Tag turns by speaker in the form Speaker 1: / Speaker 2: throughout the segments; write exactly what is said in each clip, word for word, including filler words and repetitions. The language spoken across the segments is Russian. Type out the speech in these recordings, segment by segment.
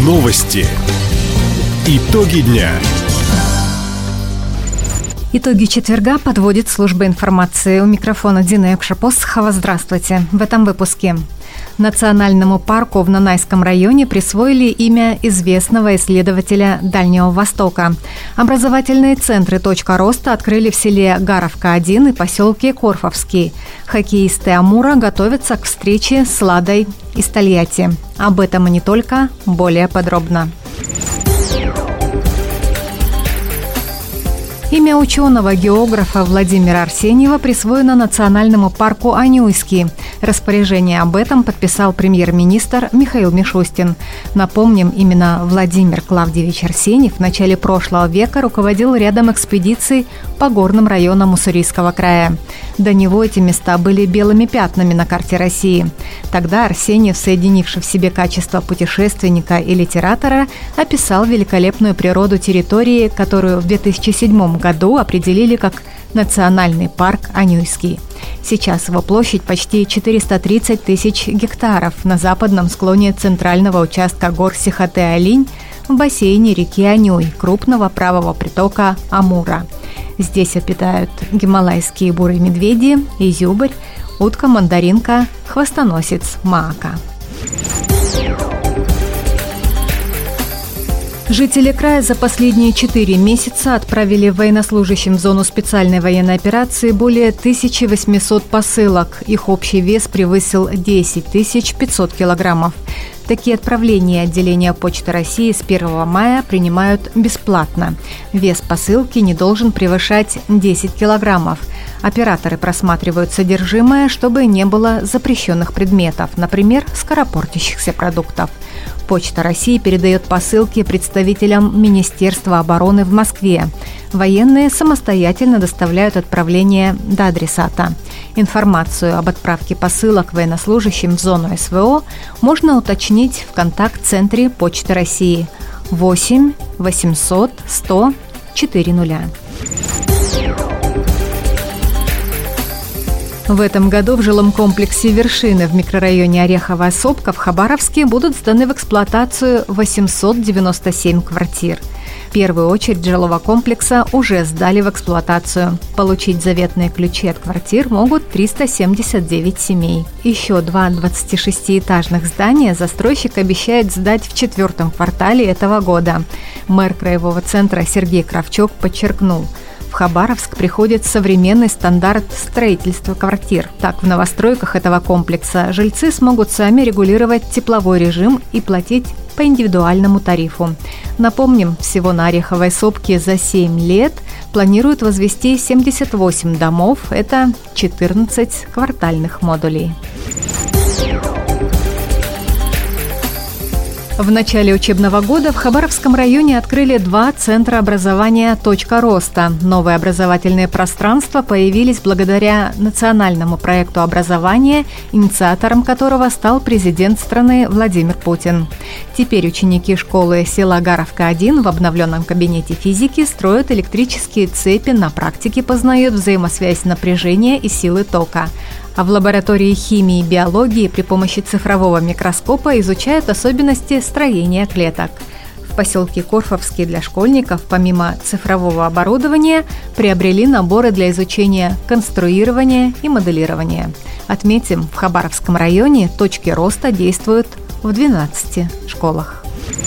Speaker 1: Новости. Итоги дня.
Speaker 2: Итоги четверга подводит служба информации. У микрофона Дина Якшапосхова. Здравствуйте. В этом выпуске. Национальному парку в Нанайском районе присвоили имя известного исследователя Дальнего Востока. Образовательные центры «Точка роста» открыли в селе Гаровка один и поселке Корфовский. Хоккеисты Амура готовятся к встрече с Ладой из Тольятти. Об этом и не только, более подробно. Имя ученого-географа Владимира Арсеньева присвоено Национальному парку Анюйский. Распоряжение об этом подписал премьер-министр Михаил Мишустин. Напомним, именно Владимир Клавдиевич Арсеньев в начале прошлого века руководил рядом экспедиций по горным районам Уссурийского края. До него эти места были белыми пятнами на карте России. Тогда Арсеньев, соединивший в себе качества путешественника и литератора, описал великолепную природу территории, которую в две тысячи седьмом году определили как Национальный парк Анюйский. Сейчас его площадь почти четыреста тридцать тысяч гектаров на западном склоне центрального участка гор Сихотэ-Алинь в бассейне реки Анюй, крупного правого притока Амура. Здесь обитают гималайские бурые медведи, изюбрь, утка-мандаринка, хвостоносец маака. Жители края за последние четыре месяца отправили военнослужащим в зону специальной военной операции более тысяча восемьсот посылок. Их общий вес превысил десять тысяч пятьсот килограммов. Такие отправления отделения Почты России с первого мая принимают бесплатно. Вес посылки не должен превышать десять килограммов. Операторы просматривают содержимое, чтобы не было запрещенных предметов, например, скоропортящихся продуктов. Почта России передает посылки представителям Министерства обороны в Москве. Военные самостоятельно доставляют отправление до адресата. Информацию об отправке посылок военнослужащим в зону эс вэ о можно уточнить в контакт-центре Почты России восемь восемьсот сто четыреста. В этом году в жилом комплексе «Вершины» в микрорайоне Орехово-Сопка в Хабаровске будут сданы в эксплуатацию восемьсот девяносто семь квартир. Первую очередь жилого комплекса уже сдали в эксплуатацию. Получить заветные ключи от квартир могут триста семьдесят девять семей. Еще два двадцатишестиэтажных здания застройщик обещает сдать в четвертом квартале этого года. Мэр краевого центра Сергей Кравчук подчеркнул, в Хабаровск приходит современный стандарт строительства квартир. Так, в новостройках этого комплекса жильцы смогут сами регулировать тепловой режим и платить по индивидуальному тарифу. Напомним, всего на Ореховой Сопке за семь лет планируют возвести семьдесят восемь домов, это четырнадцать квартальных модулей. В начале учебного года в Хабаровском районе открыли два центра образования «Точка роста». Новые образовательные пространства появились благодаря национальному проекту образования, инициатором которого стал президент страны Владимир Путин. Теперь ученики школы села Гаровка один в обновленном кабинете физики строят электрические цепи, на практике познают взаимосвязь напряжения и силы тока. А в лаборатории химии и биологии при помощи цифрового микроскопа изучают особенности строения клеток. В поселке Корфовский для школьников, помимо цифрового оборудования, приобрели наборы для изучения конструирования и моделирования. Отметим, в Хабаровском районе точки роста действуют в двенадцати школах.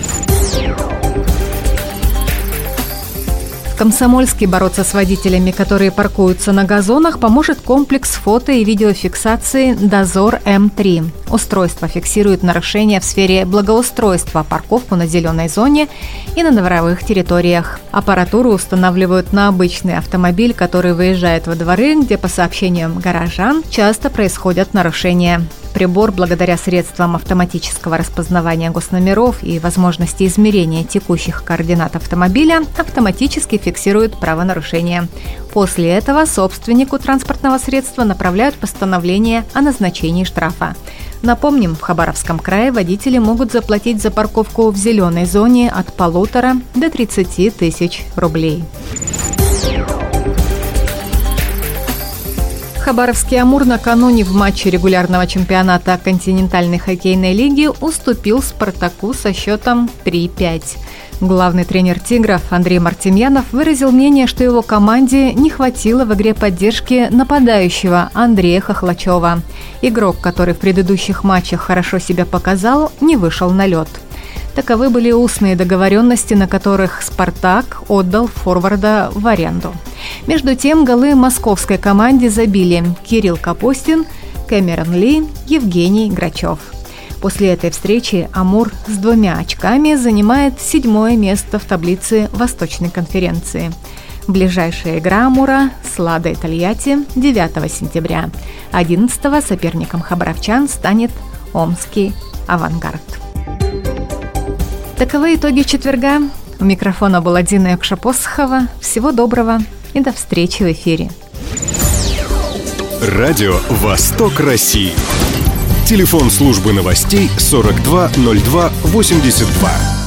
Speaker 2: В Комсомольске бороться с водителями, которые паркуются на газонах, поможет комплекс фото- и видеофиксации «Дозор эм три». Устройство фиксирует нарушения в сфере благоустройства, парковку на зеленой зоне и на дворовых территориях. Аппаратуру устанавливают на обычный автомобиль, который выезжает во дворы, где, по сообщениям горожан, часто происходят нарушения. Прибор, благодаря средствам автоматического распознавания госномеров и возможности измерения текущих координат автомобиля, автоматически фиксирует правонарушение. После этого собственнику транспортного средства направляют постановление о назначении штрафа. Напомним, в Хабаровском крае водители могут заплатить за парковку в зеленой зоне от полутора до тридцати тысяч рублей. Хабаровский «Амур» накануне в матче регулярного чемпионата континентальной хоккейной лиги уступил «Спартаку» со счетом три пять. Главный тренер «Тигров» Андрей Мартемьянов выразил мнение, что его команде не хватило в игре поддержки нападающего Андрея Хохлачева. Игрок, который в предыдущих матчах хорошо себя показал, не вышел на лед. Таковы были устные договоренности, на которых «Спартак» отдал форварда в аренду. Между тем, голы московской команде забили Кирилл Капустин, Кэмерон Ли, Евгений Грачев. После этой встречи «Амур» с двумя очками занимает седьмое место в таблице Восточной конференции. Ближайшая игра «Амура» с «Ладой Тольятти» девятого сентября. одиннадцатого соперником хабаровчан станет омский «Авангард». Таковы итоги четверга. У микрофона была Дина Якша-Посохова. Всего доброго и до встречи в эфире.
Speaker 1: Радио «Восток России». Телефон службы новостей сорок два ноль два восемьдесят два.